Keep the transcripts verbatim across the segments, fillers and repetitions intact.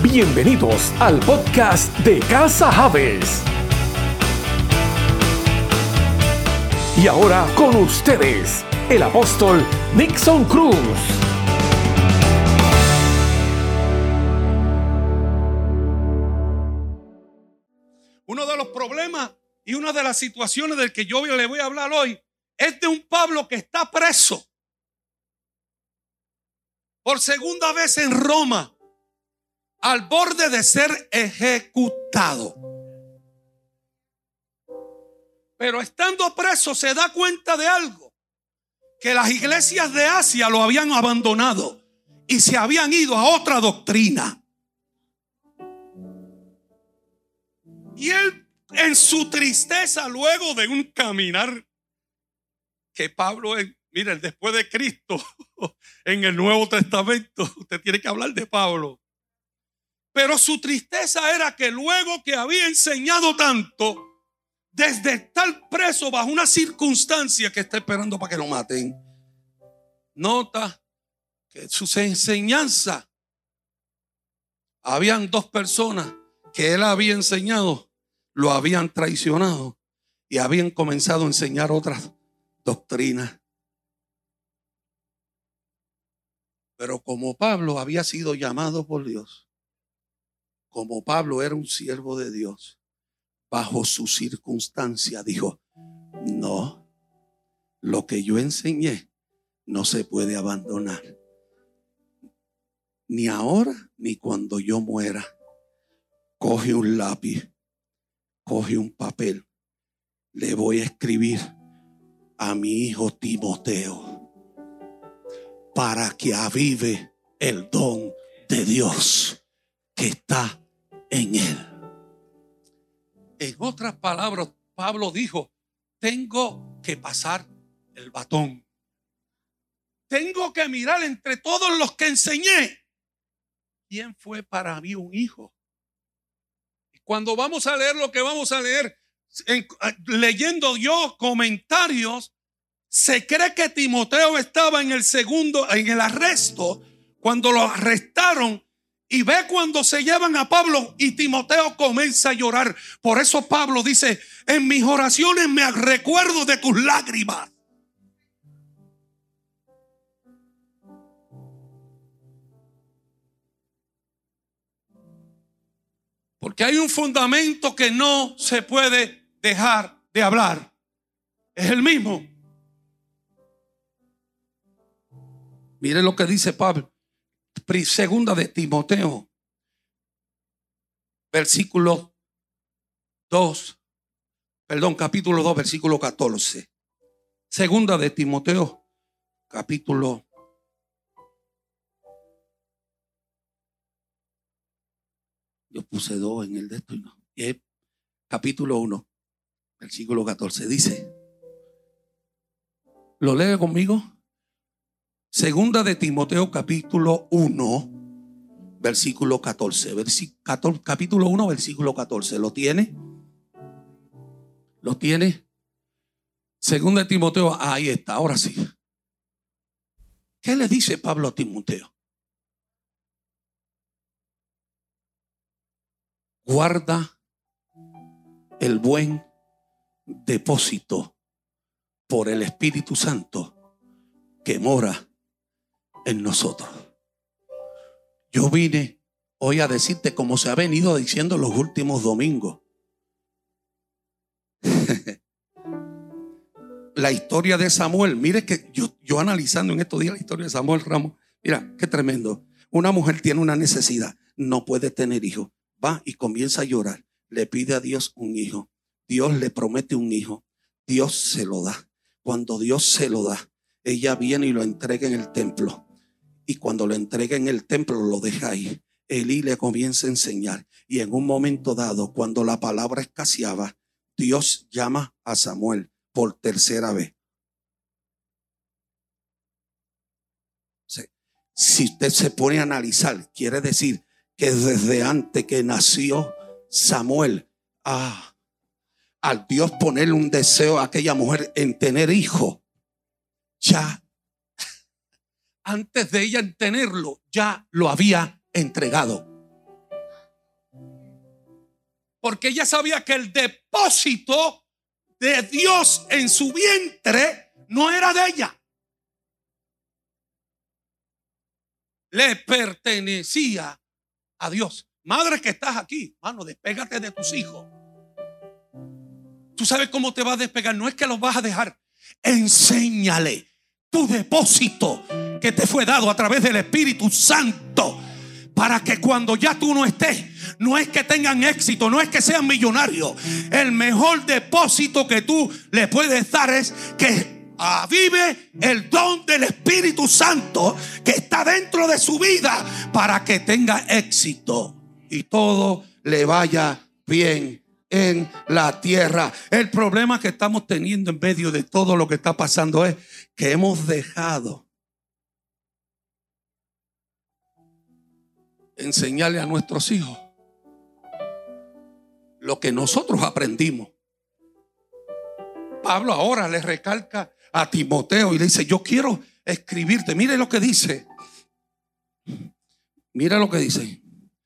Bienvenidos al podcast de Casa Haves. Y ahora con ustedes, el apóstol Nixon Cruz. Uno de los problemas y una de las situaciones del que yo le voy a hablar hoy es de un Pablo que está preso por segunda vez en Roma, al borde de ser ejecutado. Pero estando preso se da cuenta de algo, que las iglesias de Asia lo habían abandonado y se habían ido a otra doctrina. Y él, en su tristeza, luego de un caminar que Pablo, en, miren, después de Cristo, en el Nuevo Testamento, usted tiene que hablar de Pablo. Pero su tristeza era que luego que había enseñado tanto, desde estar preso bajo una circunstancia que está esperando para que lo maten, nota que sus enseñanzas, habían dos personas que él había enseñado, lo habían traicionado y habían comenzado a enseñar otras doctrinas. Pero como Pablo había sido llamado por Dios, como Pablo era un siervo de Dios, bajo su circunstancia dijo: no, lo que yo enseñé no se puede abandonar, ni ahora ni cuando yo muera. Coge un lápiz, coge un papel, le voy a escribir a mi hijo Timoteo para que avive el don de Dios que está en él. En otras palabras, Pablo dijo: tengo que pasar el batón. Tengo que mirar entre todos los que enseñé quién fue para mí un hijo. Y cuando vamos a leer lo que vamos a leer, en, leyendo yo comentarios, se cree que Timoteo estaba en el segundo, en el arresto, cuando lo arrestaron. Y ve cuando se llevan a Pablo y Timoteo comienza a llorar. Por eso Pablo dice: en mis oraciones me recuerdo de tus lágrimas. Porque hay un fundamento que no se puede dejar de hablar. Es el mismo. Mire lo que dice Pablo. Segunda de Timoteo, versículo dos, perdón, capítulo dos, versículo catorce. Segunda de Timoteo, capítulo yo puse dos en el de esto y no. Y capítulo uno, versículo catorce. Dice, ¿lo lee conmigo? Segunda de Timoteo capítulo uno, versículo catorce. Versi, catorce capítulo uno, versículo catorce. ¿Lo tiene? ¿Lo tiene? Segunda de Timoteo, ahí está, ahora sí. ¿Qué le dice Pablo a Timoteo? Guarda el buen depósito por el Espíritu Santo que mora en nosotros. Yo vine hoy a decirte, como se ha venido diciendo los últimos domingos, la historia de Samuel. Mire que yo, yo analizando en estos días la historia de Samuel Ramos, mira qué tremendo. Una mujer tiene una necesidad, no puede tener hijos, va y comienza a llorar, le pide a Dios un hijo, Dios le promete un hijo, Dios se lo da. Cuando Dios se lo da, ella viene y lo entrega en el templo. Y cuando lo entrega en el templo, lo deja ahí. Elí le comienza a enseñar. Y en un momento dado, cuando la palabra escaseaba, Dios llama a Samuel por tercera vez. Si usted se pone a analizar, quiere decir que desde antes que nació Samuel, ah, al Dios ponerle un deseo a aquella mujer en tener hijos, ya antes de ella tenerlo, ya lo había entregado. Porque ella sabía que el depósito de Dios en su vientre no era de ella. Le pertenecía a Dios. Madre que estás aquí, mano, despégate de tus hijos. Tú sabes cómo te vas a despegar. No es que los vas a dejar. Enséñale tu depósito que te fue dado a través del Espíritu Santo, para que cuando ya tú no estés, no es que tengan éxito, no es que sean millonarios. El mejor depósito que tú le puedes dar es que avive el don del Espíritu Santo que está dentro de su vida, para que tenga éxito y todo le vaya bien en la tierra. El problema que estamos teniendo en medio de todo lo que está pasando es que hemos dejado enseñarle a nuestros hijos lo que nosotros aprendimos. Pablo ahora le recalca a Timoteo y le dice: yo quiero escribirte. Mire lo que dice. Mira lo que dice.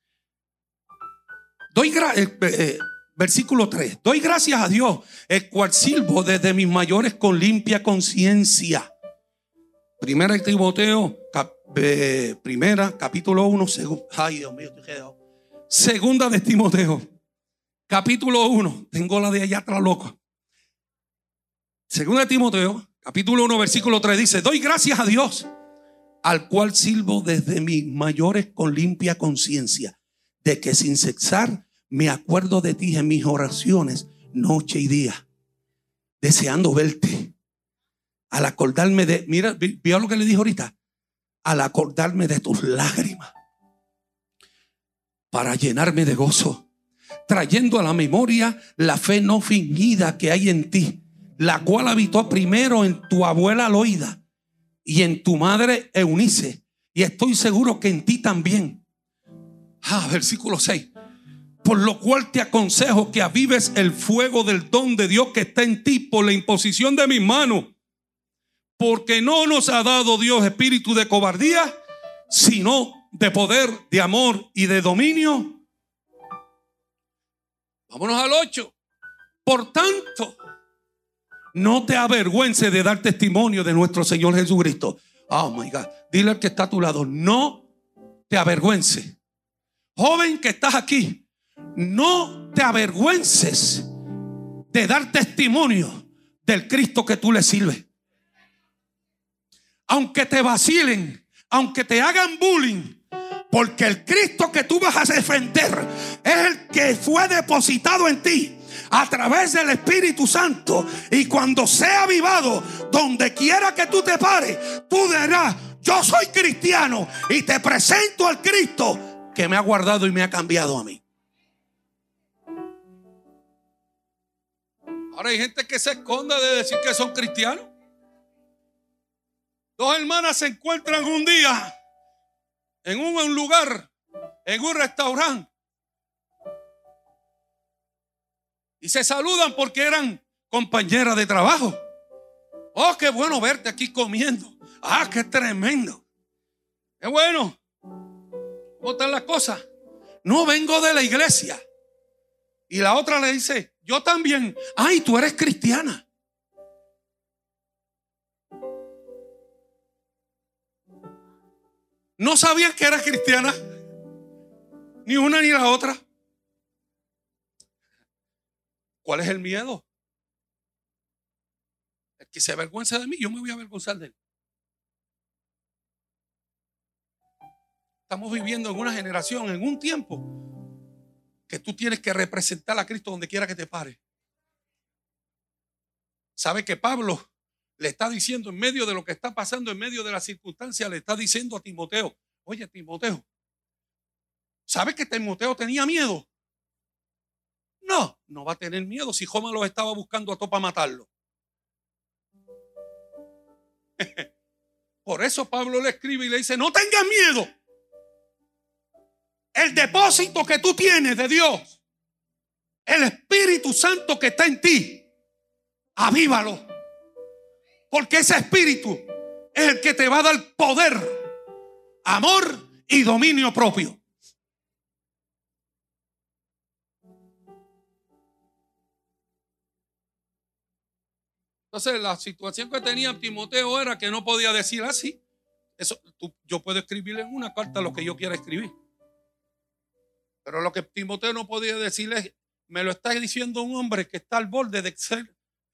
Doy gra- eh, eh, versículo tres. Doy gracias a Dios, el cual sirvo desde mis mayores con limpia conciencia. Primera de Timoteo, cap, eh, primera, capítulo uno. Seg- Ay, Dios mío, estoy quedado. Segunda de Timoteo, capítulo uno. Tengo la de allá atrás loca. Segunda de Timoteo, capítulo uno, versículo tres dice: doy gracias a Dios, al cual sirvo desde mis mayores con limpia conciencia, de que sin cesar me acuerdo de ti en mis oraciones noche y día, deseando verte. Al acordarme de, mira, ¿vio lo que le dijo ahorita? Al acordarme de tus lágrimas, para llenarme de gozo, trayendo a la memoria la fe no fingida que hay en ti, la cual habitó primero en tu abuela Loida y en tu madre Eunice, y estoy seguro que en ti también. Ah, versículo seis. Por lo cual te aconsejo que avives el fuego del don de Dios que está en ti por la imposición de mis manos. Porque no nos ha dado Dios espíritu de cobardía, sino de poder, de amor y de dominio. Vámonos al ocho. Por tanto, no te avergüences de dar testimonio de nuestro Señor Jesucristo. Oh my God. Dile al que está a tu lado: no te avergüences. Joven que estás aquí, no te avergüences de dar testimonio del Cristo que tú le sirves. Aunque te vacilen, aunque te hagan bullying, porque el Cristo que tú vas a defender es el que fue depositado en ti a través del Espíritu Santo. Y cuando sea avivado, donde quiera que tú te pares, tú dirás: yo soy cristiano y te presento al Cristo que me ha guardado y me ha cambiado a mí. Ahora hay gente que se esconde de decir que son cristianos. Dos hermanas se encuentran un día en un, un lugar, en un restaurante, y se saludan porque eran compañeras de trabajo. Oh, qué bueno verte aquí comiendo. Ah, qué tremendo. Qué bueno. ¿Cómo están las cosas? No, vengo de la iglesia. Y la otra le dice: yo también. Ay, tú eres cristiana. No sabían que era cristiana, ni una ni la otra. ¿Cuál es el miedo? El que se avergüenza de mí, yo me voy a avergonzar de él. Estamos viviendo en una generación, en un tiempo, que tú tienes que representar a Cristo donde quiera que te pare. ¿Sabe que Pablo le está diciendo, en medio de lo que está pasando, en medio de las circunstancias, le está diciendo a Timoteo: oye, Timoteo, ¿sabes que Timoteo tenía miedo? No, no va a tener miedo si Joma los estaba buscando a todo para matarlo. Por eso Pablo le escribe y le dice: no tengas miedo. El depósito que tú tienes de Dios, el Espíritu Santo que está en ti, avívalo. Porque ese Espíritu es el que te va a dar poder, amor y dominio propio. Entonces la situación que tenía Timoteo era que no podía decir así. Eso, tú, yo puedo escribirle en una carta lo que yo quiera escribir. Pero lo que Timoteo no podía decirle es, me lo está diciendo un hombre que está al borde de ser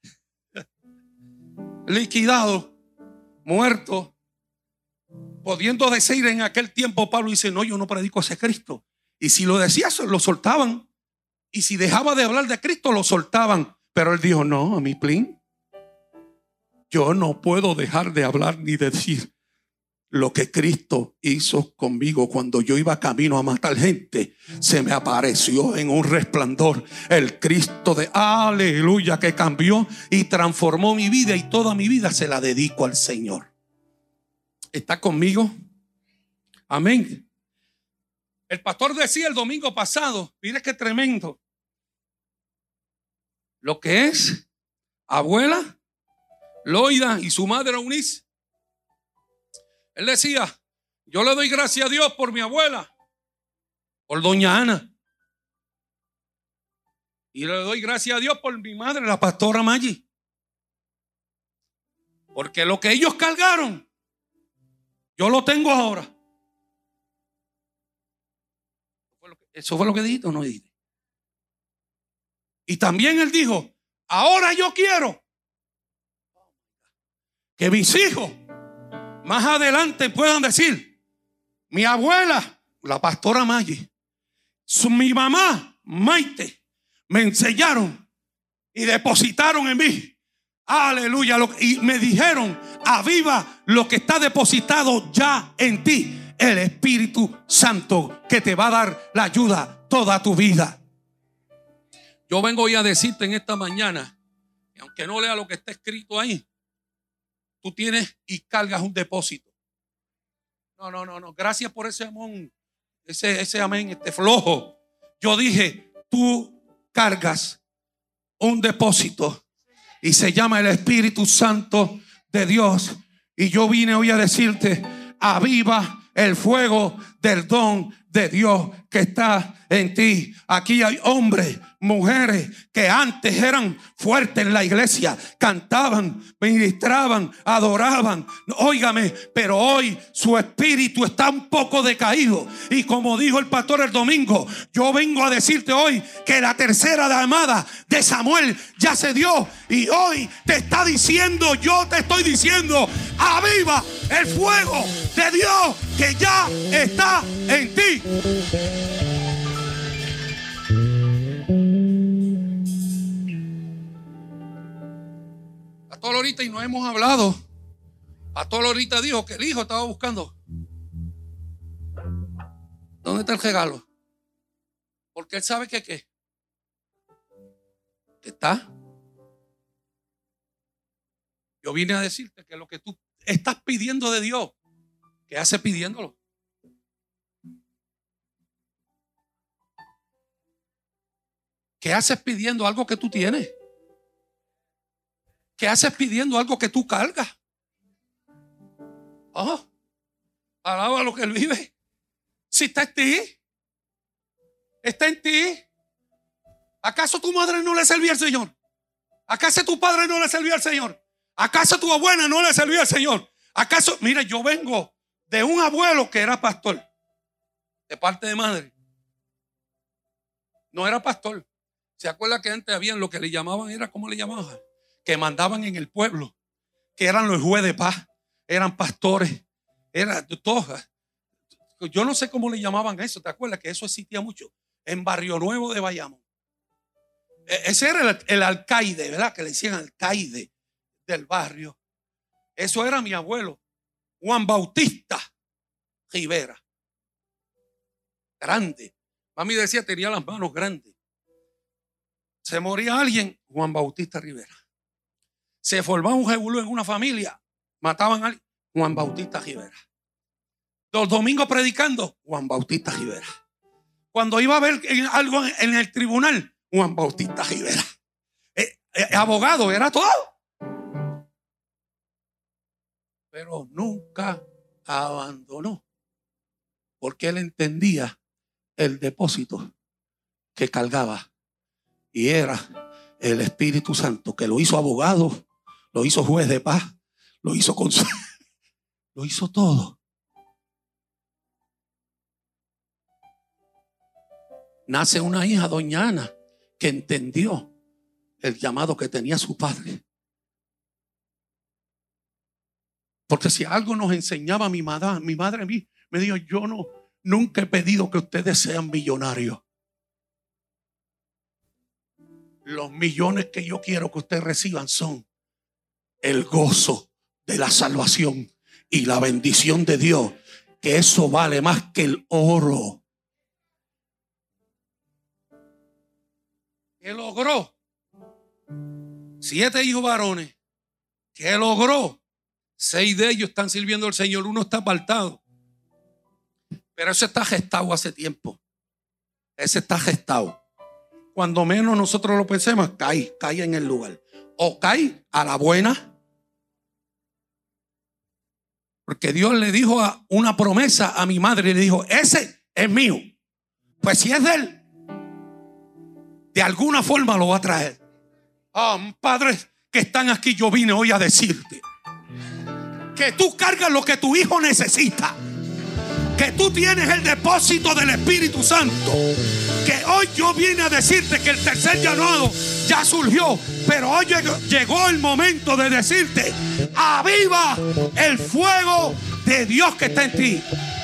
liquidado, muerto, pudiendo decir en aquel tiempo. Pablo dice, no, yo no predico ese Cristo. Y si lo decía, lo soltaban. Y si dejaba de hablar de Cristo, lo soltaban. Pero él dijo, no, a mi plin, yo no puedo dejar de hablar ni decir lo que Cristo hizo conmigo. Cuando yo iba camino a matar gente, se me apareció en un resplandor el Cristo de aleluya, que cambió y transformó mi vida, y toda mi vida se la dedico al Señor. ¿Está conmigo? Amén. El pastor decía el domingo pasado, mire qué tremendo, lo que es abuela Loida y su madre Eunice. Él decía, yo le doy gracias a Dios por mi abuela, por doña Ana, y le doy gracias a Dios por mi madre, la pastora Maggi, porque lo que ellos cargaron, yo lo tengo ahora. ¿Eso fue lo que dijiste o no dijiste? Y también él dijo, ahora yo quiero que mis hijos más adelante puedan decir, mi abuela, la pastora Maggi, su, mi mamá, Maite, me enseñaron y depositaron en mí, aleluya, lo, y me dijeron, aviva lo que está depositado ya en ti, el Espíritu Santo, que te va a dar la ayuda toda tu vida. Yo vengo hoy a decirte en esta mañana, y aunque no lea lo que está escrito ahí, tú tienes y cargas un depósito. No, no, no, no. Gracias por ese amón, ese, ese amén, este flojo. Yo dije, tú cargas un depósito y se llama el Espíritu Santo de Dios. Y yo vine hoy a decirte, aviva el fuego del don de Dios que está en ti. Aquí hay hombres, mujeres que antes eran fuertes en la iglesia, cantaban, ministraban, adoraban, óigame, pero hoy su espíritu está un poco decaído. Y como dijo el pastor el domingo, yo vengo a decirte hoy que la tercera llamada de Samuel ya se dio, y hoy te está diciendo, yo te estoy diciendo, aviva el fuego de Dios que ya está en ti. Pastor ahorita, y no hemos hablado, Pastor ahorita dijo que el hijo estaba buscando ¿dónde está el regalo? Porque él sabe que qué que está. Yo vine a decirte que lo que tú estás pidiendo de Dios, ¿qué haces pidiéndolo? ¿Qué haces pidiendo algo que tú tienes? ¿Qué haces pidiendo algo que tú cargas? Oh, alaba lo que él vive. Si está en ti, está en ti. ¿Acaso tu madre no le servía al Señor? ¿Acaso tu padre no le servía al Señor? ¿Acaso tu abuela no le servía al Señor? ¿Acaso? Mira, yo vengo de un abuelo que era pastor, de parte de madre. No era pastor. ¿Se acuerda que antes habían lo que le llamaban, era cómo le llamaban? Que mandaban en el pueblo, que eran los jueces de paz, eran pastores, eran todos. Yo no sé cómo le llamaban a eso. ¿Te acuerdas que eso existía mucho en Barrio Nuevo de Bayamón? Ese era el, el alcaide, ¿verdad? Que le decían alcaide del barrio. Eso era mi abuelo, Juan Bautista Rivera. Grande. Mami decía, tenía las manos grandes. Se moría alguien, Juan Bautista Rivera. Se formaba un revolú en una familia, mataban a alguien, Juan Bautista Rivera. Los domingos predicando, Juan Bautista Rivera. Cuando iba a ver algo en el tribunal, Juan Bautista Rivera. Eh, eh, abogado, era todo. Pero nunca abandonó, porque él entendía el depósito que cargaba, y era el Espíritu Santo, que lo hizo abogado, lo hizo juez de paz, lo hizo consuelo, lo hizo todo. Nace una hija, doña Ana, que entendió el llamado que tenía su padre. Porque si algo nos enseñaba mi madre, mi madre a mí, me dijo: yo no, nunca he pedido que ustedes sean millonarios. Los millones que yo quiero que ustedes reciban son el gozo de la salvación y la bendición de Dios, que eso vale más que el oro. ¿Qué logró? Siete hijos varones. ¿Qué logró? Seis de ellos están sirviendo al Señor, uno está apartado. Pero ese está gestado hace tiempo. Ese está gestado. Cuando menos nosotros lo pensemos, cae, cae en el lugar. O cae a la buena. Porque Dios le dijo a una promesa a mi madre, le dijo: ese es mío. Pues si es de él, de alguna forma lo va a traer. Ah, oh, padres que están aquí, yo vine hoy a decirte que tú cargas lo que tu hijo necesita, que tú tienes el depósito del Espíritu Santo, que hoy yo vine a decirte que el tercer llamado ya surgió, pero hoy llegó el momento de decirte: aviva el fuego de Dios que está en ti.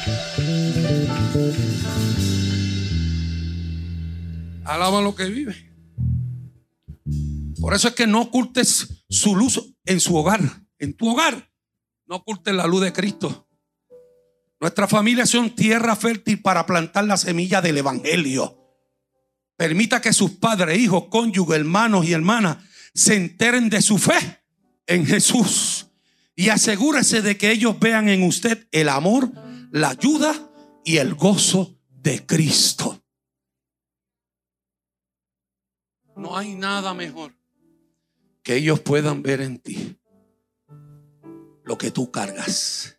Alaba lo que vive. Por eso es que no ocultes su luz en su hogar, en tu hogar. No ocultes la luz de Cristo. Nuestras familias son tierra fértil para plantar la semilla del evangelio. Permita que sus padres, hijos, cónyuges, hermanos y hermanas se enteren de su fe en Jesús. Y asegúrese de que ellos vean en usted el amor, la ayuda y el gozo de Cristo. No hay nada mejor que ellos puedan ver en ti lo que tú cargas.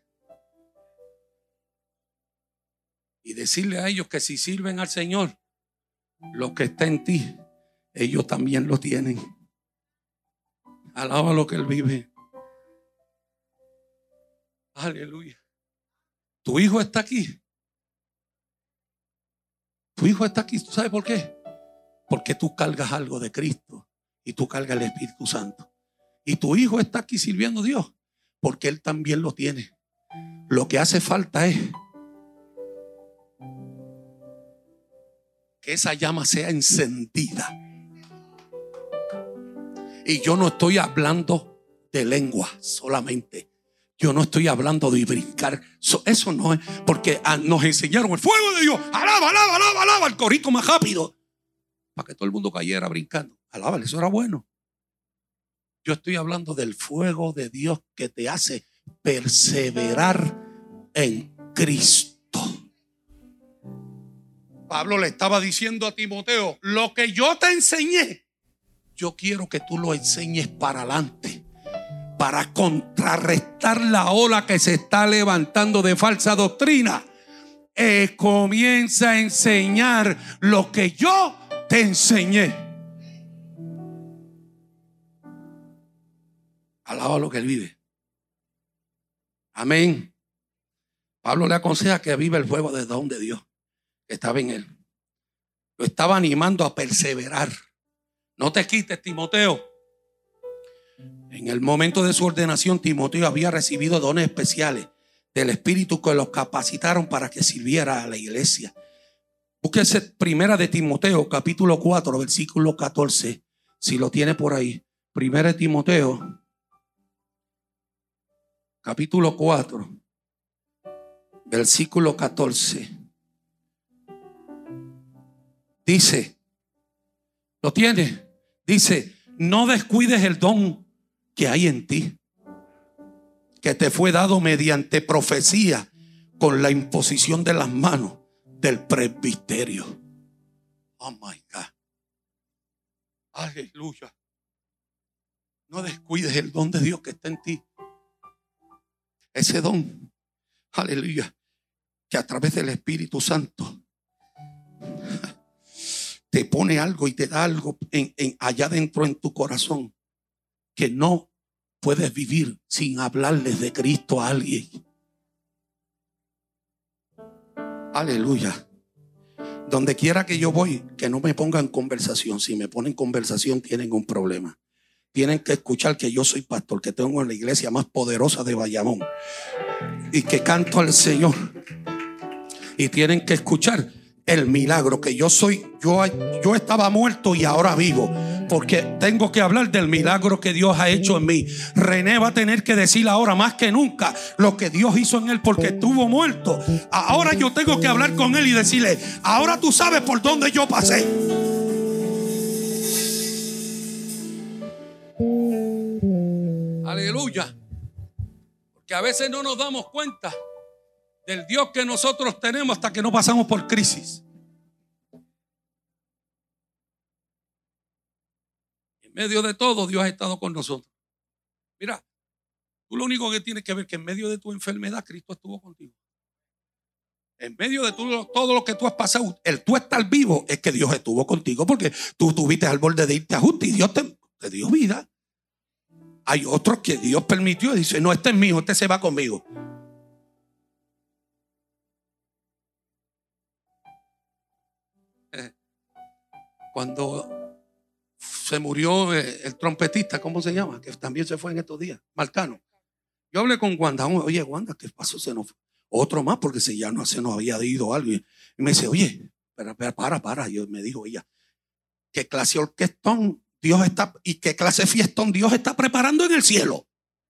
Y decirle a ellos que si sirven al Señor, lo que está en ti, ellos también lo tienen. Alaba lo que Él vive. Aleluya. Tu hijo está aquí. Tu hijo está aquí. ¿Tú sabes por qué? Porque tú cargas algo de Cristo y tú cargas el Espíritu Santo. Y tu hijo está aquí sirviendo a Dios porque él también lo tiene. Lo que hace falta es que esa llama sea encendida. Y yo no estoy hablando de lengua solamente. Yo no estoy hablando de brincar. Eso no es, porque nos enseñaron el fuego de Dios. Alaba, alaba, alaba, alaba, el corito más rápido, para que todo el mundo cayera brincando. Alábale, eso era bueno. Yo estoy hablando del fuego de Dios que te hace perseverar en Cristo. Pablo le estaba diciendo a Timoteo: lo que yo te enseñé, yo quiero que tú lo enseñes para adelante, para contrarrestar la ola que se está levantando de falsa doctrina. Eh, comienza a enseñar lo que yo te enseñé. Alaba lo que Él vive. Amén. Pablo le aconseja que viva el fuego de don de Dios que estaba en él. Lo estaba animando a perseverar. No te quites, Timoteo. En el momento de su ordenación, Timoteo había recibido dones especiales del Espíritu que los capacitaron para que sirviera a la iglesia. Búsquese Primera de Timoteo, capítulo cuatro, versículo catorce. Si lo tiene por ahí. Primera de Timoteo, capítulo cuatro, versículo catorce. Dice, ¿lo tiene? Dice: no descuides el don que hay en ti, que te fue dado mediante profecía con la imposición de las manos del presbiterio. Oh my God. Aleluya. No descuides el don de Dios que está en ti. Ese don, aleluya, que a través del Espíritu Santo te pone algo y te da algo en, en, allá dentro en tu corazón que no puedes vivir sin hablarles de Cristo a alguien. Aleluya. Donde quiera que yo voy, que no me pongan conversación. Si me ponen conversación, tienen un problema. Tienen que escuchar que yo soy pastor, que tengo la iglesia más poderosa de Bayamón y que canto al Señor. Y tienen que escuchar el milagro que yo soy. Yo, yo estaba muerto y ahora vivo, porque tengo que hablar del milagro que Dios ha hecho en mí. René va a tener que decir ahora más que nunca lo que Dios hizo en él, porque estuvo muerto. Ahora yo tengo que hablar con él y decirle: ahora tú sabes por dónde yo pasé. Aleluya. Porque a veces no nos damos cuenta del Dios que nosotros tenemos hasta que no pasamos por crisis. En medio de todo, Dios ha estado con nosotros. Mira, tú lo único que tienes que ver es que en medio de tu enfermedad Cristo estuvo contigo. En medio de todo, todo lo que tú has pasado, el tú estar vivo es que Dios estuvo contigo, porque tú estuviste al borde de irte a ajuste y Dios te, te dio vida. Hay otros que Dios permitió y dice: no, este es mío, este se va conmigo. Cuando se murió el trompetista, ¿cómo se llama? Que también se fue en estos días, Marcano. Yo hablé con Wanda. Oye, Wanda, ¿qué pasó? Se nos fue. Otro más, porque si ya no se nos había ido algo. Y me dice: oye, para, para, para, para. Yo me dijo ella: ¿qué clase de orquestón Dios está y qué clase de fiestón Dios está preparando en el cielo?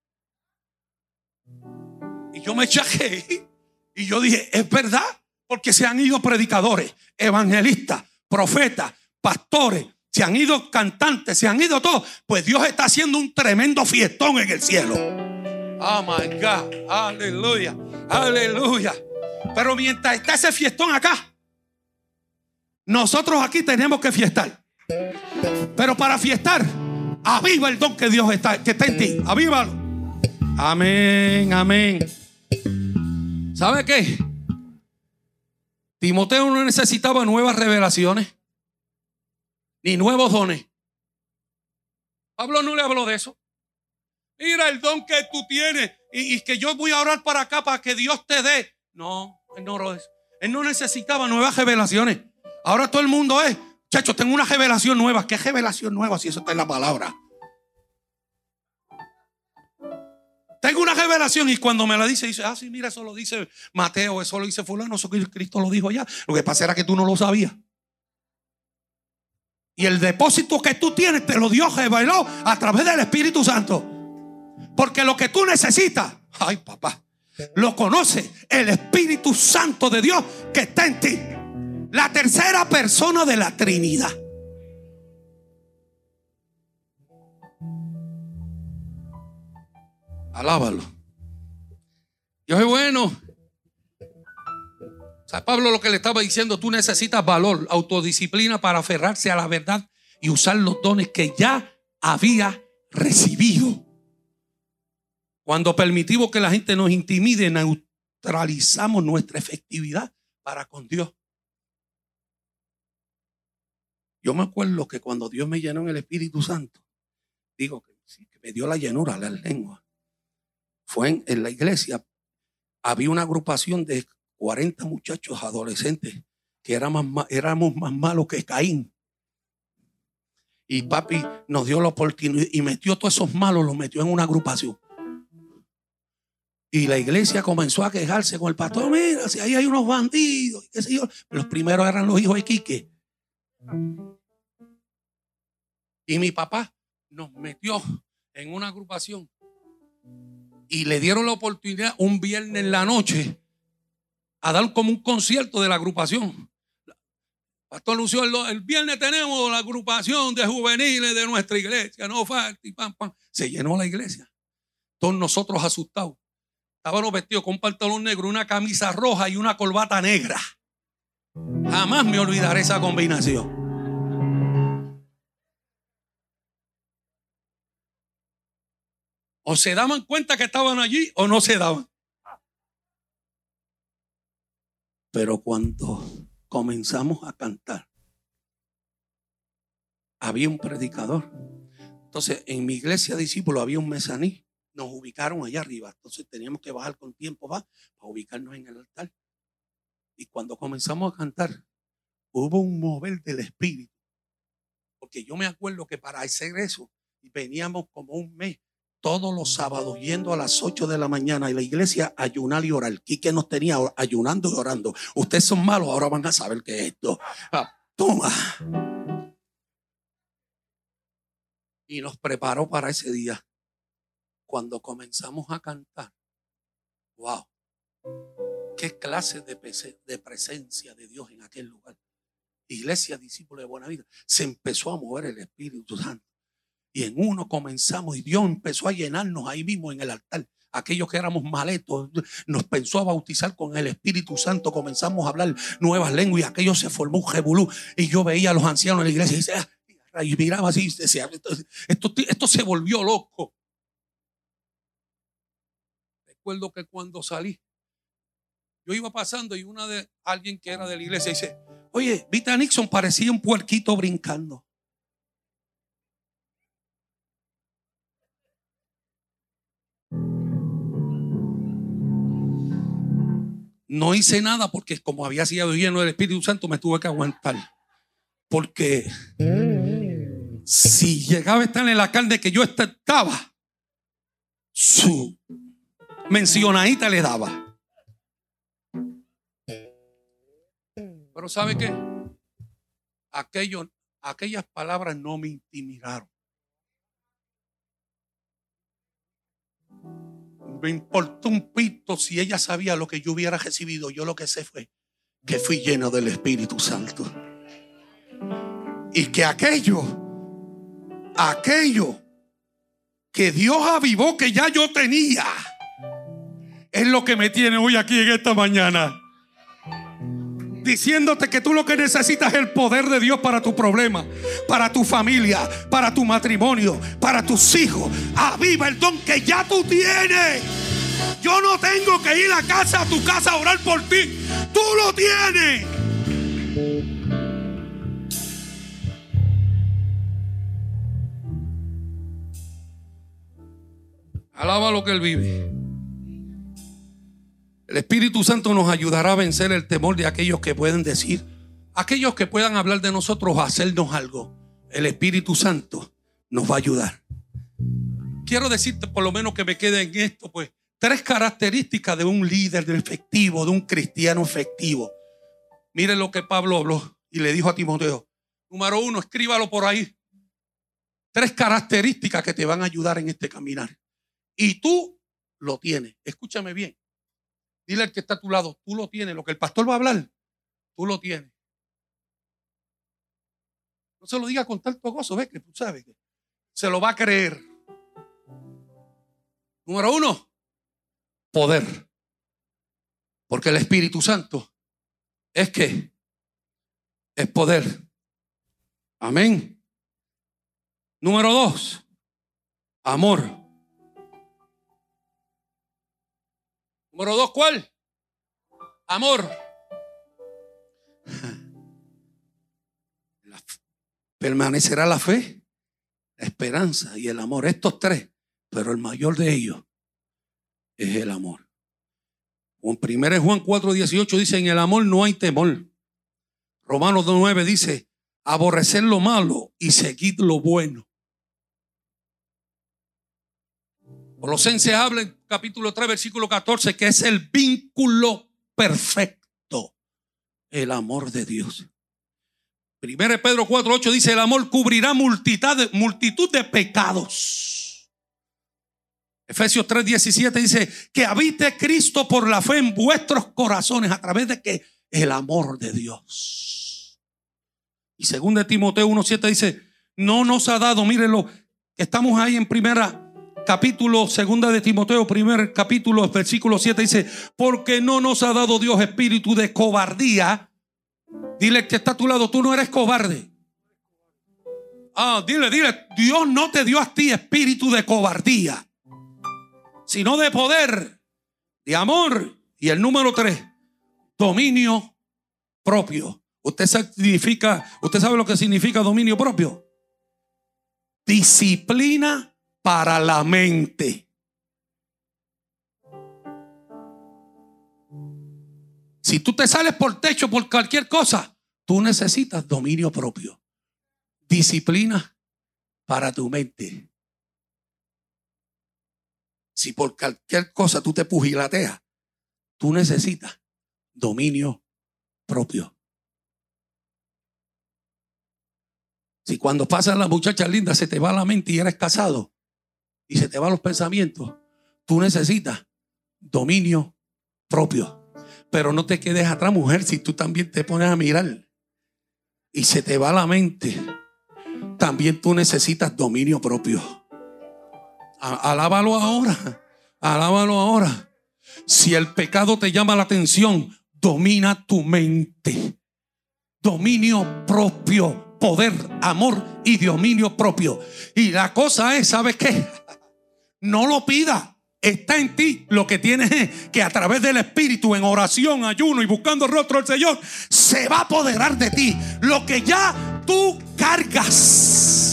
Y yo me eché y yo dije: es verdad, porque se han ido predicadores, evangelistas, profetas, pastores, se han ido cantantes, se han ido todos. Pues Dios está haciendo un tremendo fiestón en el cielo. Oh my God, aleluya, aleluya. Pero mientras está ese fiestón acá, nosotros aquí tenemos que fiestar. Pero para fiestar, aviva el don que Dios está, que está en ti. Avívalo. Amén, amén. ¿Sabe qué? Timoteo no necesitaba nuevas revelaciones ni nuevos dones. Pablo no le habló de eso. Mira el don que tú tienes y, y que yo voy a orar para acá para que Dios te dé. No, él no oró eso. Él no necesitaba nuevas revelaciones. Ahora todo el mundo es: chacho, tengo una revelación nueva. ¿Qué revelación nueva si eso está en la palabra? Tengo una revelación y cuando me la dice, dice: ah, sí, mira, eso lo dice Mateo, eso lo dice fulano, eso Cristo lo dijo ya. Lo que pasa era que tú no lo sabías. Y el depósito que tú tienes te lo dio revelado a través del Espíritu Santo. Porque lo que tú necesitas, ay papá, lo conoce el Espíritu Santo de Dios que está en ti. La tercera persona de la Trinidad. Alábalo. Dios es bueno. O sea, Pablo lo que le estaba diciendo: tú necesitas valor, autodisciplina para aferrarse a la verdad y usar los dones que ya había recibido. Cuando permitimos que la gente nos intimide, neutralizamos nuestra efectividad para con Dios. Yo me acuerdo que cuando Dios me llenó en el Espíritu Santo, digo que sí, que me dio la llenura, la lengua. Fue en, en la iglesia. Había una agrupación de cuarenta muchachos adolescentes que éramos más, éramos más malos que Caín. Y papi nos dio la oportunidad y metió todos esos malos, los metió en una agrupación. Y la iglesia comenzó a quejarse con el pastor: mira, si ahí hay unos bandidos, qué sé yo. Los primeros eran los hijos de Quique. Y mi papá nos metió en una agrupación y le dieron la oportunidad un viernes en la noche a dar como un concierto de la agrupación. Pastor Lucio, el, el viernes tenemos la agrupación de juveniles de nuestra iglesia, no falta, y pam, pam. Se llenó la iglesia. Todos nosotros asustados. Estábamos vestidos con un pantalón negro, una camisa roja y una corbata negra. Jamás me olvidaré esa combinación. O se daban cuenta que estaban allí o no se daban. Pero cuando comenzamos a cantar, había un predicador. Entonces en mi iglesia discípulo había un mezaní. nos ubicaron allá arriba. Entonces teníamos que bajar con tiempo va, para ubicarnos en el altar. Y cuando comenzamos a cantar, hubo un mover del espíritu. Porque yo me acuerdo que para hacer eso veníamos como un mes, todos los sábados yendo a las ocho de la mañana a la iglesia a ayunar y orar. Quique nos tenía ayunando y orando. Ustedes son malos, ahora van a saber qué es esto. Ah, toma. Y nos preparó para ese día. Cuando comenzamos a cantar, wow, qué clase de, de presencia de Dios en aquel lugar. Iglesia, discípulos de buena vida, se empezó a mover el Espíritu Santo. Y en uno comenzamos y Dios empezó a llenarnos ahí mismo en el altar. Aquellos que éramos maletos, nos pensó a bautizar con el Espíritu Santo. Comenzamos a hablar nuevas lenguas y aquello se formó un jebulú. Y yo veía a los ancianos en la iglesia y, decía, y miraba así y decía, esto, esto, esto se volvió loco. Recuerdo que cuando salí, yo iba pasando y una de alguien que era de la iglesia dice, oye, ¿viste a Nixon? Parecía un puerquito brincando. No hice nada porque como había sido lleno del Espíritu Santo me tuve que aguantar. Porque si llegaba a estar en la carne que yo estaba, su mencionadita le daba. Pero ¿sabe qué? Aquello, aquellas palabras no me intimidaron. Me importó un pito si ella sabía lo que yo hubiera recibido. Yo lo que sé fue que fui lleno del Espíritu Santo. Y que aquello, aquello que Dios avivó que ya yo tenía, es lo que me tiene hoy aquí en esta mañana. Diciéndote que tú lo que necesitas es el poder de Dios para tu problema, para tu familia, para tu matrimonio, para tus hijos. Aviva el don que ya tú tienes. Yo no tengo que ir a casa, a tu casa a orar por ti. Tú lo tienes. Alaba lo que Él vive. El Espíritu Santo nos ayudará a vencer el temor de aquellos que pueden decir, aquellos que puedan hablar de nosotros o hacernos algo. El Espíritu Santo nos va a ayudar. Quiero decirte por lo menos que me quede en esto, pues, tres características de un líder efectivo, de un cristiano efectivo. Miren lo que Pablo habló y le dijo a Timoteo. Número uno, escríbalo por ahí. Tres características que te van a ayudar en este caminar. Y tú lo tienes. Escúchame bien. Dile al que está a tu lado, tú lo tienes. Lo que el pastor va a hablar, tú lo tienes. No se lo diga con tanto gozo, ves que tú sabes que se lo va a creer. Número uno, poder. Porque el Espíritu Santo es que es poder. Amén. Número dos, amor. Número dos, ¿cuál? Amor. La, permanecerá la fe, la esperanza y el amor. Estos tres, pero el mayor de ellos es el amor. En primero Juan cuatro dieciocho dice, en el amor no hay temor. Romanos nueve dice, aborrecer lo malo y seguir lo bueno. Colosenses habla en capítulo tres, versículo catorce, que es el vínculo perfecto, el amor de Dios. Primero Pedro cuatro ocho dice, el amor cubrirá multitud de, multitud de pecados. Efesios tres diecisiete dice, que habite Cristo por la fe en vuestros corazones, a través de que el amor de Dios. Y segundo de Timoteo uno siete dice, no nos ha dado, mírenlo, estamos ahí en primera capítulo, segunda de Timoteo, primer capítulo, versículo siete dice, porque no nos ha dado Dios espíritu de cobardía. Dile que está a tu lado, tú no eres cobarde. Ah, dile, dile, Dios no te dio a ti espíritu de cobardía, sino de poder, de amor. Y el número tres, dominio propio. Usted significa, usted sabe lo que significa dominio propio. Disciplina para la mente. Si tú te sales por techo por cualquier cosa, tú necesitas dominio propio, disciplina para tu mente. Si por cualquier cosa tú te pugilateas, tú necesitas dominio propio. Si cuando pasan las muchachas lindas se te va la mente y eres casado y se te van los pensamientos, tú necesitas dominio propio. Pero no te quedes atrás, mujer, si tú también te pones a mirar y se te va la mente, también tú necesitas dominio propio. Alábalo ahora, alábalo ahora. Si el pecado te llama la atención, domina tu mente. Dominio propio, poder, amor y dominio propio. Y la cosa es, ¿sabes qué? No lo pidas. Está en ti. Lo que tienes es que a través del Espíritu, en oración, ayuno y buscando el rostro del Señor, se va a apoderar de ti lo que ya tú cargas.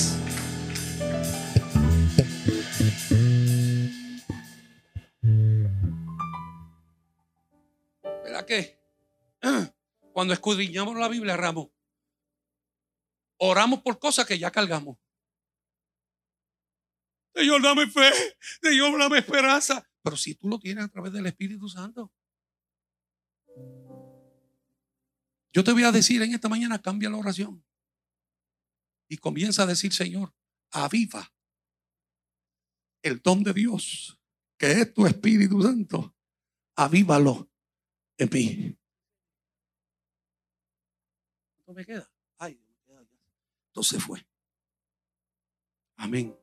¿Verdad que? Cuando escudriñamos la Biblia, Ramos, oramos por cosas que ya cargamos. Señor, dame fe. Señor, dame esperanza. Pero si tú lo tienes a través del Espíritu Santo. Yo te voy a decir en esta mañana, cambia la oración. Y comienza a decir, Señor, aviva el don de Dios, que es tu Espíritu Santo. Avívalo en mí. ¿No me queda? Ay, entonces fue. Amén.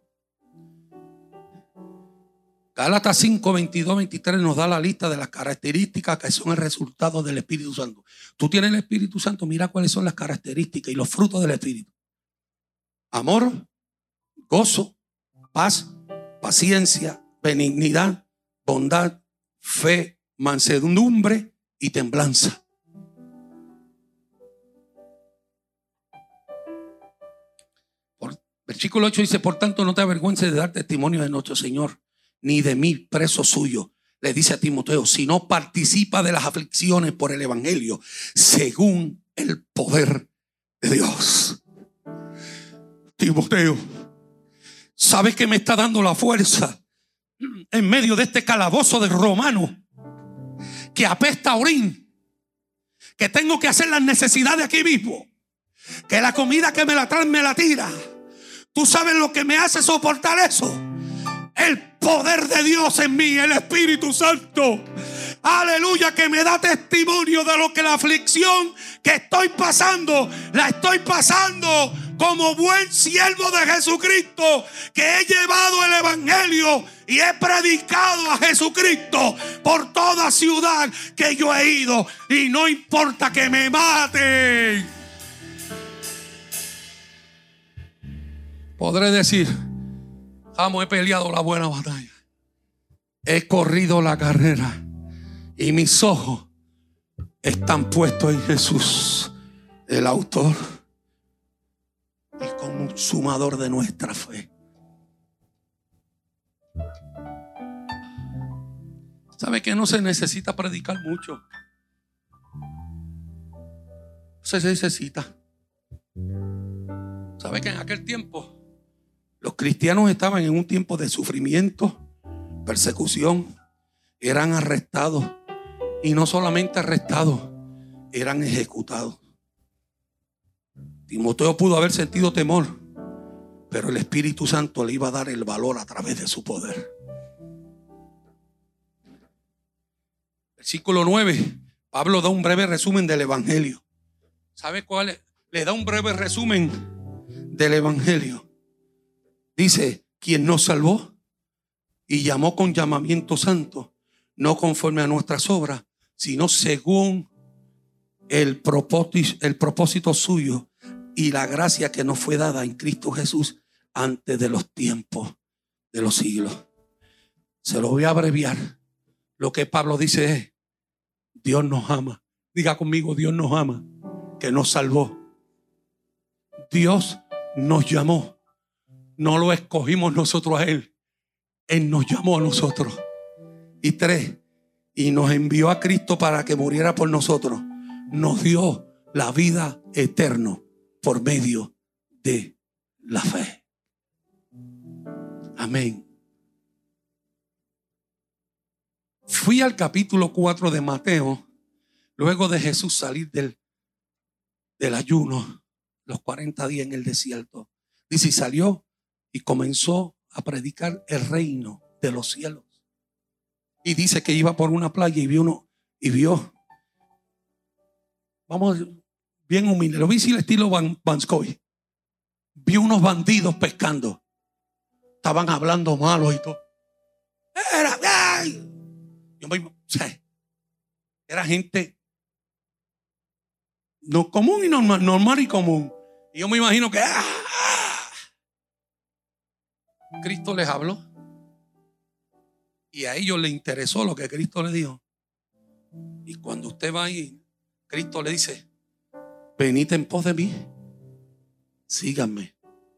Gálatas cinco, veintidós, veintitrés nos da la lista de las características que son el resultado del Espíritu Santo. Tú tienes el Espíritu Santo, mira cuáles son las características y los frutos del Espíritu. Amor, gozo, paz, paciencia, benignidad, bondad, fe, mansedumbre y templanza. Por, versículo ocho dice, por tanto no te avergüences de dar testimonio de nuestro Señor, ni de mí, preso suyo. Le dice a Timoteo, si no participa de las aflicciones por el evangelio, según el poder de Dios. Timoteo, ¿sabes que me está dando la fuerza en medio de este calabozo de romano que apesta a orín? Que tengo que hacer las necesidades aquí mismo, que la comida que me la traen me la tira. ¿Tú sabes lo que me hace soportar eso? El poder de Dios en mí, el Espíritu Santo. Aleluya, que me da testimonio de lo que la aflicción que estoy pasando, la estoy pasando como buen siervo de Jesucristo, que he llevado el evangelio y he predicado a Jesucristo por toda ciudad que yo he ido, y no importa que me maten. Podré decir, amo, he peleado la buena batalla, he corrido la carrera y mis ojos están puestos en Jesús, el autor y consumador de nuestra fe. ¿Sabe que no se necesita predicar mucho? Se necesita. ¿Sabe que en aquel tiempo los cristianos estaban en un tiempo de sufrimiento, persecución? Eran arrestados, y no solamente arrestados, eran ejecutados. Timoteo pudo haber sentido temor, pero el Espíritu Santo le iba a dar el valor a través de su poder. Versículo nueve, Pablo da un breve resumen del evangelio. ¿Sabe cuál es? Le da un breve resumen del evangelio. Dice, quien nos salvó y llamó con llamamiento santo, no conforme a nuestras obras, sino según el propósito, el propósito suyo y la gracia que nos fue dada en Cristo Jesús antes de los tiempos de los siglos. Se lo voy a abreviar. Lo que Pablo dice es, Dios nos ama. Diga conmigo, Dios nos ama, que nos salvó. Dios nos llamó. No lo escogimos nosotros a Él. Él nos llamó a nosotros. Y tres, y nos envió a Cristo para que muriera por nosotros, nos dio la vida eterna por medio de la fe. Amén. Fui al capítulo cuatro de Mateo, luego de Jesús salir del, del ayuno, los cuarenta días en el desierto. Dice, y salió y comenzó a predicar el reino de los cielos. Y dice que iba por una playa y vio uno, y vio, vamos, bien humilde, lo vi sin el estilo Van, Vanscoy. Vio unos bandidos pescando. Estaban hablando malos y todo. Era, ¡ay! Yo mismo, o sea, era gente no común y normal, normal y común. Y yo me imagino que ¡ah! Cristo les habló y a ellos les interesó lo que Cristo les dijo. Y cuando usted va ahí, Cristo le dice, venid en pos de mí, síganme.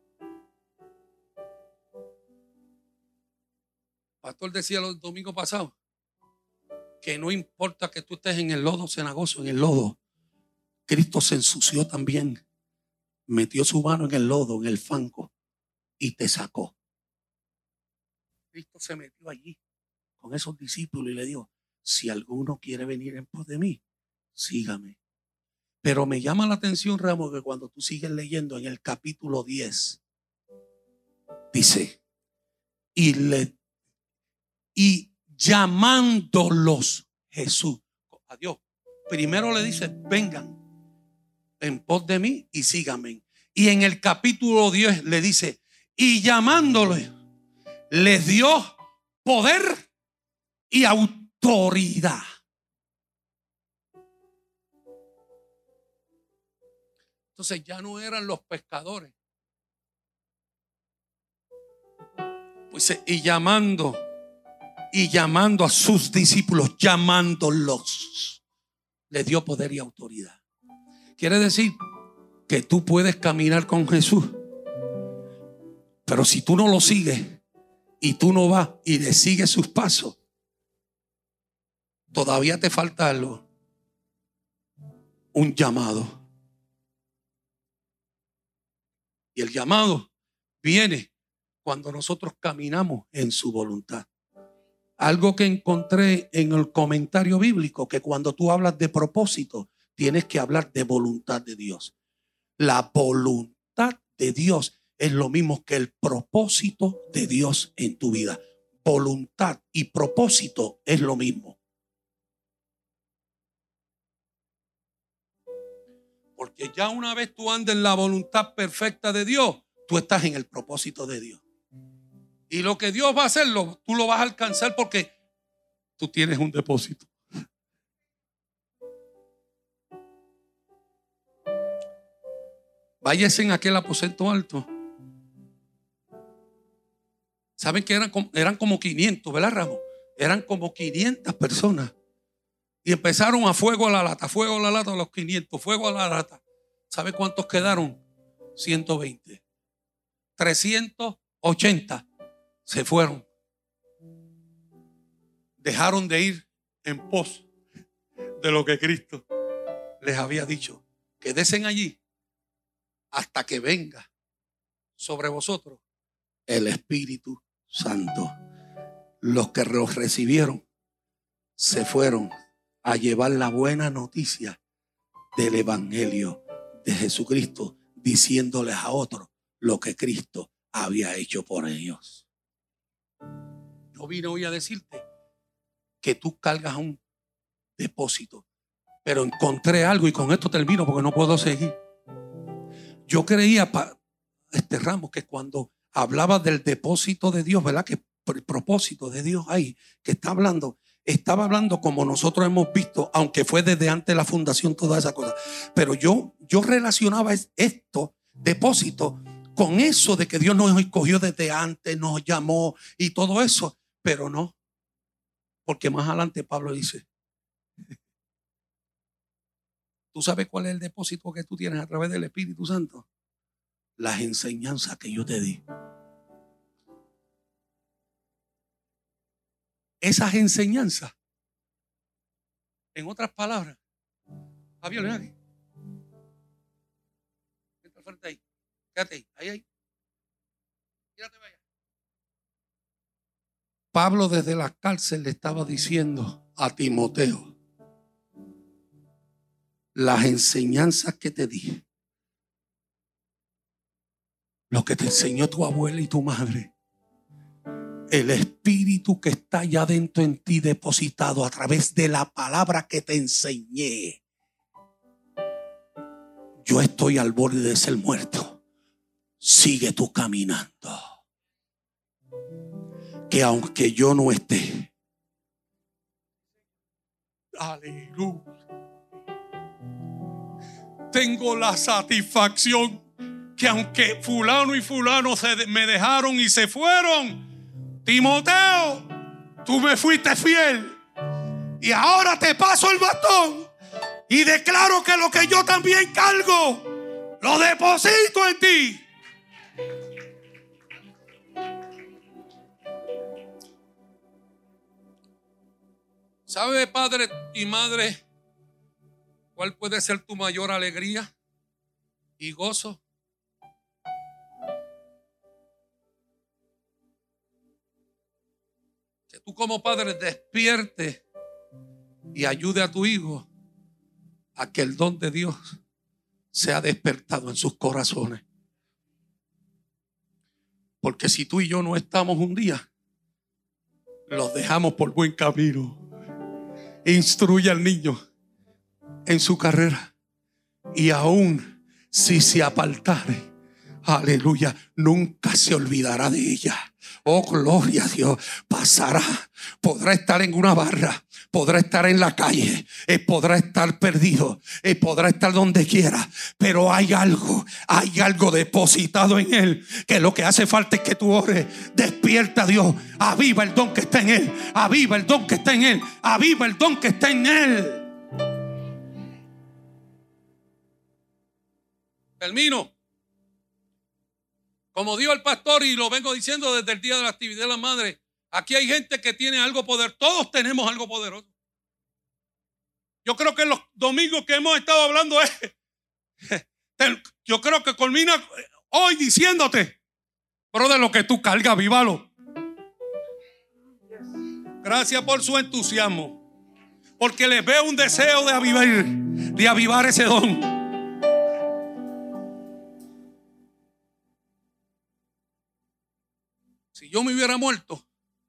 Pastor decía el domingo pasado que no importa que tú estés en el lodo cenagoso, en el lodo, Cristo se ensució también, metió su mano en el lodo, en el fango y te sacó. Cristo se metió allí con esos discípulos y le dijo, si alguno quiere venir en pos de mí, sígame. Pero me llama la atención, Ramos, que cuando tú sigues leyendo en el capítulo diez, dice, y le y llamándolos Jesús a Dios, primero le dice, vengan en pos de mí y síganme. Y en el capítulo diez le dice, y llamándoles, les dio poder y autoridad. Entonces ya no eran los pescadores. Pues, y llamando, y llamando a sus discípulos, llamándolos, les dio poder y autoridad. Quiere decir que tú puedes caminar con Jesús, pero si tú no lo sigues y tú no vas y le sigues sus pasos, todavía te falta algo, un llamado. Y el llamado viene cuando nosotros caminamos en su voluntad. Algo que encontré en el comentario bíblico, que cuando tú hablas de propósito, tienes que hablar de voluntad de Dios. La voluntad de Dios es lo mismo que el propósito de Dios en tu vida. Voluntad y propósito es lo mismo. Porque ya una vez tú andas en la voluntad perfecta de Dios, tú estás en el propósito de Dios. Y lo que Dios va a hacer, tú lo vas a alcanzar porque tú tienes un depósito. Váyase en aquel aposento alto. ¿Saben que eran, eran como quinientos, ¿verdad, Ramos? Eran como quinientas personas. Y empezaron a fuego a la lata, fuego a la lata a los quinientos, fuego a la lata. ¿Sabe cuántos quedaron? ciento veinte. trescientos ochenta se fueron. Dejaron de ir en pos de lo que Cristo les había dicho. Quédense allí hasta que venga sobre vosotros el Espíritu Santo. Los que los recibieron se fueron a llevar la buena noticia del Evangelio de Jesucristo, diciéndoles a otros lo que Cristo había hecho por ellos. Yo vine hoy a decirte que tú cargas un depósito, pero encontré algo y con esto termino porque no puedo seguir. Yo creía, este Ramos, que cuando hablaba del depósito de Dios, ¿verdad? Que el propósito de Dios ahí, que está hablando, estaba hablando como nosotros hemos visto, aunque fue desde antes de la fundación toda esa cosa. Pero yo, yo relacionaba esto, depósito, con eso de que Dios nos escogió desde antes, nos llamó y todo eso. Pero no, porque más adelante Pablo dice, ¿tú sabes cuál es el depósito que tú tienes a través del Espíritu Santo? Las enseñanzas que yo te di. Esas enseñanzas En otras palabras, Javier, ven aquí. Vente al frente ahí. Quédate ahí, ahí, ahí. Quédate, vaya. Pablo desde la cárcel le estaba diciendo a Timoteo: las enseñanzas que te di, lo que te enseñó tu abuela y tu madre, el espíritu que está allá dentro en ti depositado a través de la palabra que te enseñé, yo estoy al borde de ser muerto. Sigue tú caminando. Que aunque yo no esté, aleluya, tengo la satisfacción que aunque fulano y fulano se me dejaron y se fueron, Timoteo, tú me fuiste fiel y ahora te paso el bastón y declaro que lo que yo también cargo lo deposito en ti. ¿Sabe, padre y madre, cuál puede ser tu mayor alegría y gozo? Que tú como padre despierte y ayude a tu hijo a que el don de Dios sea despertado en sus corazones. Porque si tú y yo no estamos un día, los dejamos por buen camino. Instruye al niño en su carrera, y aún si se apartare, aleluya, nunca se olvidará de ella. Oh, gloria a Dios. Pasará, podrá estar en una barra, podrá estar en la calle, eh, podrá estar perdido, eh, podrá estar donde quiera, pero hay algo, hay algo depositado en él, que lo que hace falta es que tú ores. Despierta a Dios, aviva el don que está en él, aviva el don que está en él, aviva el don que está en él. Termino. Como dijo el pastor, y lo vengo diciendo desde el día de la actividad de la madre, aquí hay gente que tiene algo poder. Todos tenemos algo poderoso. Yo creo que los domingos que hemos estado hablando es, yo creo que culmina hoy diciéndote, pero de lo que tú cargas, avívalo. Gracias por su entusiasmo, porque les veo un deseo de avivar, de avivar ese don. Si yo me hubiera muerto,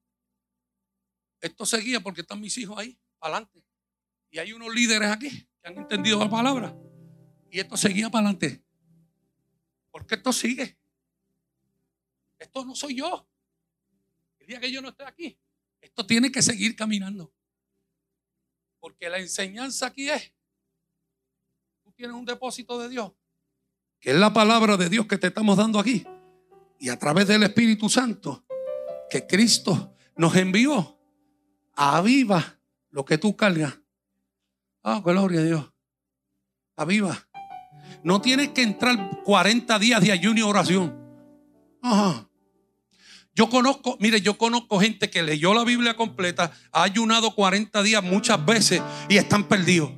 esto seguía, porque están mis hijos ahí, para adelante. Y hay unos líderes aquí que han entendido la palabra. Y esto seguía para adelante. Porque esto sigue. Esto no soy yo. El día que yo no esté aquí, esto tiene que seguir caminando. Porque la enseñanza aquí es, tú tienes un depósito de Dios, que es la palabra de Dios que te estamos dando aquí. Y a través del Espíritu Santo que Cristo nos envió, aviva lo que tú cargas. Ah, gloria a Dios. Aviva. No tienes que entrar cuarenta días de ayuno y oración. Ajá. Yo conozco, mire, yo conozco gente que leyó la Biblia completa, ha ayunado cuarenta días muchas veces y están perdidos.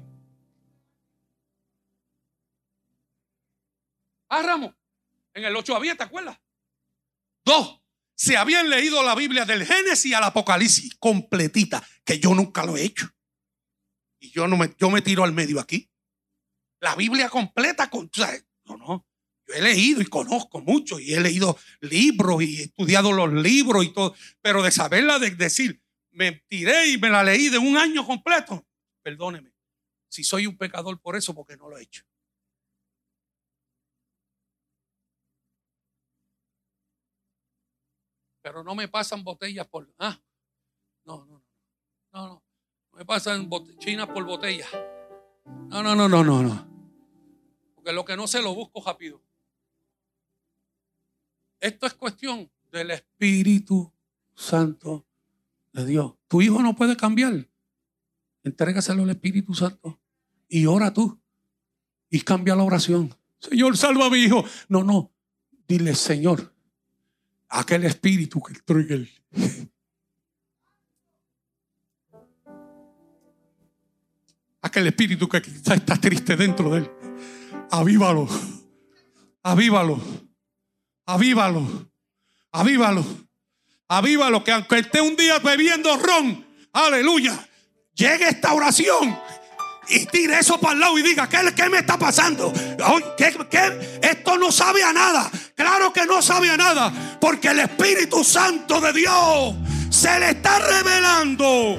Ah, Ramos, en el ocho había, ¿te acuerdas? Dos, se habían leído la Biblia del Génesis al Apocalipsis completita, que yo nunca lo he hecho. Y yo no me, yo me tiro al medio aquí. La Biblia completa, con, ¿sabes? No, no. Yo he leído y conozco mucho, y he leído libros y he estudiado los libros y todo, pero de saberla, de decir, me tiré y me la leí de un año completo, perdóneme, si soy un pecador por eso, porque no lo he hecho. Pero no me pasan botellas por... Ah, no, no, no, no, no. No me pasan chinas por botellas. No, no, no, no, no, no. Porque lo que no sé lo busco rápido. Esto es cuestión del Espíritu Santo de Dios. Tu hijo no puede cambiar. Entrégaselo al Espíritu Santo y ora tú. Y cambia la oración. Señor, salva a mi hijo. No, no. Dile, Señor, aquel espíritu que traiga el... aquel espíritu que quizás está triste dentro de él. Avívalo, avívalo, avívalo, avívalo, avívalo. Que aunque esté un día bebiendo ron, aleluya, llegue esta oración y tire eso para el lado y diga: ¿qué, qué me está pasando? ¿Qué, qué? Esto no sabe a nada. Claro que no sabe a nada, porque el Espíritu Santo de Dios se le está revelando.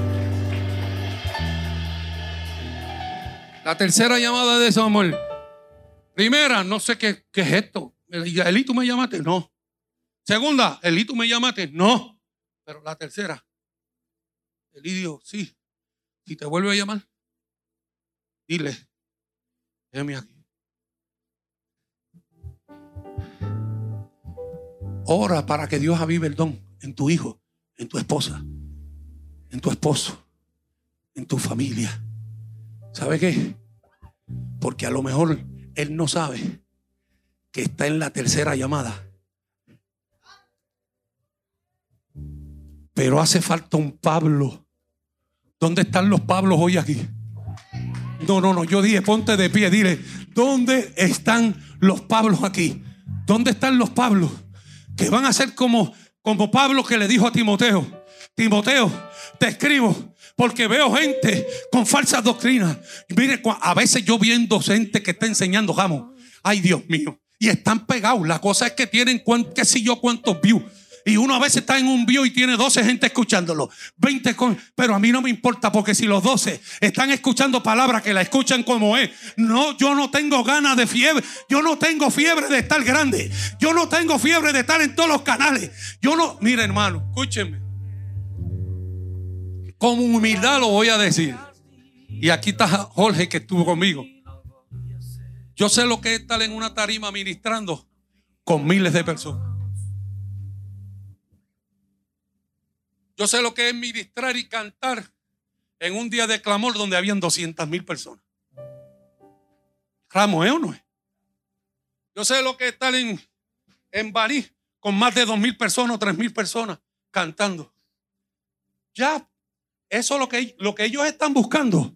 La tercera llamada de Samuel. Primera, no sé qué, qué es esto. Elí, ¿tú me llamaste? No. Segunda, Elí, ¿tú me llamaste? No. Pero la tercera, Elí dijo: sí. Si te vuelve a llamar, dile: déjame aquí. Ora para que Dios avive el don en tu hijo, en tu esposa, en tu esposo, en tu familia. ¿Sabe qué? Porque a lo mejor él no sabe que está en la tercera llamada. Pero hace falta un Pablo. ¿Dónde están los Pablos hoy aquí? No, no, no. Yo dije: ponte de pie. Dile: ¿dónde están los Pablos aquí? ¿Dónde están los Pablos que van a ser como, como Pablo, que le dijo a Timoteo: Timoteo, te escribo porque veo gente con falsas doctrinas? Y mire, a veces yo viendo gente que está enseñando jamón, ay Dios mío, y están pegados. La cosa es que tienen qué sé yo cuántos views. Y uno a veces está en un view y tiene doce gente escuchándolo, veinte con, pero a mí no me importa, porque si los doce están escuchando palabras que la escuchan como es, no, yo no tengo ganas de fiebre, yo no tengo fiebre de estar grande, yo no tengo fiebre de estar en todos los canales. Yo no, mire hermano, escúchenme, con humildad lo voy a decir. Y aquí está Jorge, que estuvo conmigo. Yo sé lo que es estar en una tarima ministrando con miles de personas. Yo sé lo que es ministrar y cantar en un día de clamor donde habían doscientas mil personas. ¿Ramo es o no es? Yo sé lo que es estar en, en Baní con más de dos mil personas o tres mil personas cantando. Ya, eso es lo que, lo que ellos están buscando.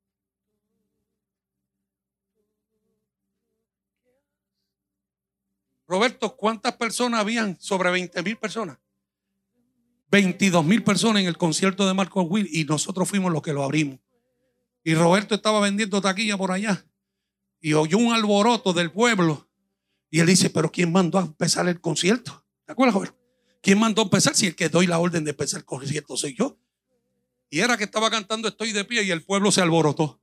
Roberto, ¿cuántas personas habían? Sobre veinte mil personas. veintidós mil personas en el concierto de Marcos Will, y nosotros fuimos los que lo abrimos. Y Roberto estaba vendiendo taquilla por allá y oyó un alboroto del pueblo y él dice: pero ¿quién mandó a empezar el concierto? ¿Te acuerdas, Roberto? ¿Quién mandó a empezar? Si el que doy la orden de empezar el concierto soy yo. Y era que estaba cantando Estoy de pie y el pueblo se alborotó.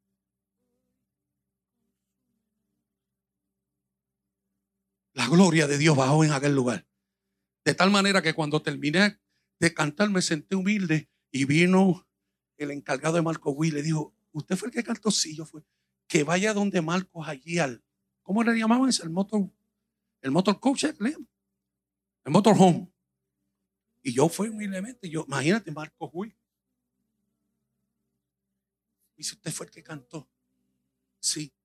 La gloria de Dios bajó en aquel lugar, de tal manera que cuando terminé de cantar me senté humilde y vino el encargado de Marcos Will y le dijo: ¿usted fue el que cantó? Sí, yo fui. Que vaya donde Marcos, allí al, ¿cómo le llamaban eso? El motor, el motor coach, el motor home. Y yo fui humildemente. Yo, imagínate, Marcos Will. Y dice: ¿usted fue el que cantó? Sí.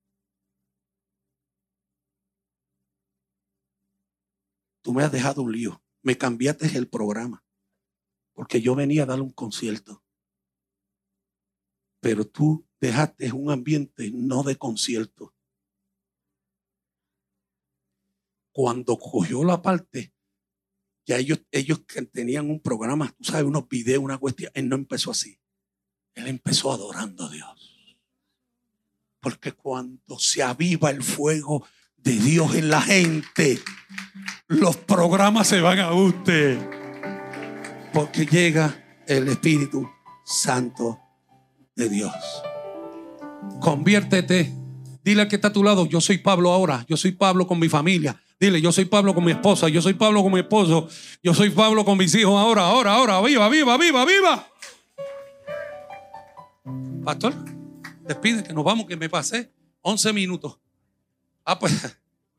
Tú me has dejado un lío. Me cambiaste el programa, porque yo venía a dar un concierto, pero tú dejaste un ambiente no de concierto. Cuando cogió la parte, ya ellos, ellos que tenían un programa, tú sabes, unos videos, una cuestión, él no empezó así. Él empezó adorando a Dios. Porque cuando se aviva el fuego de Dios en la gente, los programas se van a usted, porque llega el Espíritu Santo de Dios. Conviértete. Dile al que está a tu lado: yo soy Pablo ahora. Yo soy Pablo con mi familia. Dile: yo soy Pablo con mi esposa. Yo soy Pablo con mi esposo. Yo soy Pablo con mis hijos ahora, ahora, ahora. Viva, viva, viva, viva. Pastor, despide, que nos vamos, que me pasé once minutos. Ah, pues.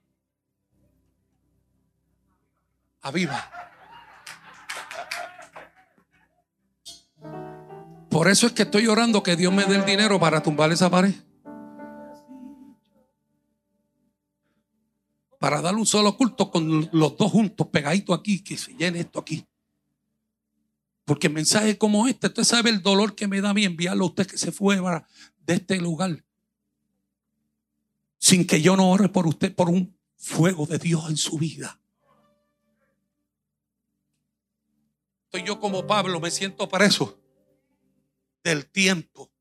Aviva. Por eso es que estoy orando que Dios me dé el dinero para tumbar esa pared, para dar un solo culto con los dos juntos, pegaditos aquí, que se llene esto aquí. Porque mensajes como este, usted sabe el dolor que me da a mí enviarlo a usted que se fue de este lugar sin que yo no ore por usted, por un fuego de Dios en su vida. Estoy yo como Pablo, me siento preso del tiempo.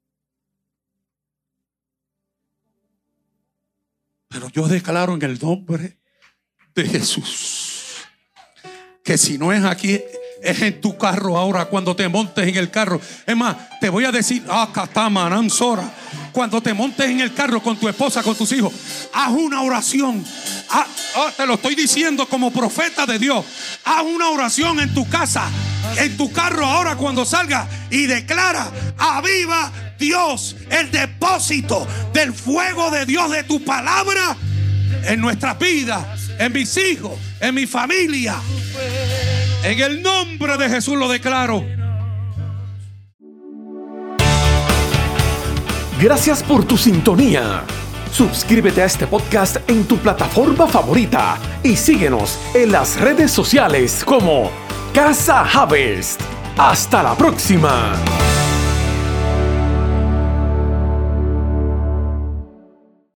Pero yo declaro en el nombre de Jesús que si no es aquí, es en tu carro ahora, cuando te montes en el carro. Es más, te voy a decir, ah, Katamanam Sora, cuando te montes en el carro con tu esposa, con tus hijos, haz una oración. Ah, ah, te lo estoy diciendo como profeta de Dios. Haz una oración en tu casa, en tu carro ahora cuando salga, y declara: aviva Dios el depósito del fuego de Dios, de tu palabra en nuestras vidas, en mis hijos, en mi familia. En el nombre de Jesús lo declaro. Gracias por tu sintonía. Suscríbete a este podcast en tu plataforma favorita y síguenos en las redes sociales como Casa Harvest. Hasta la próxima.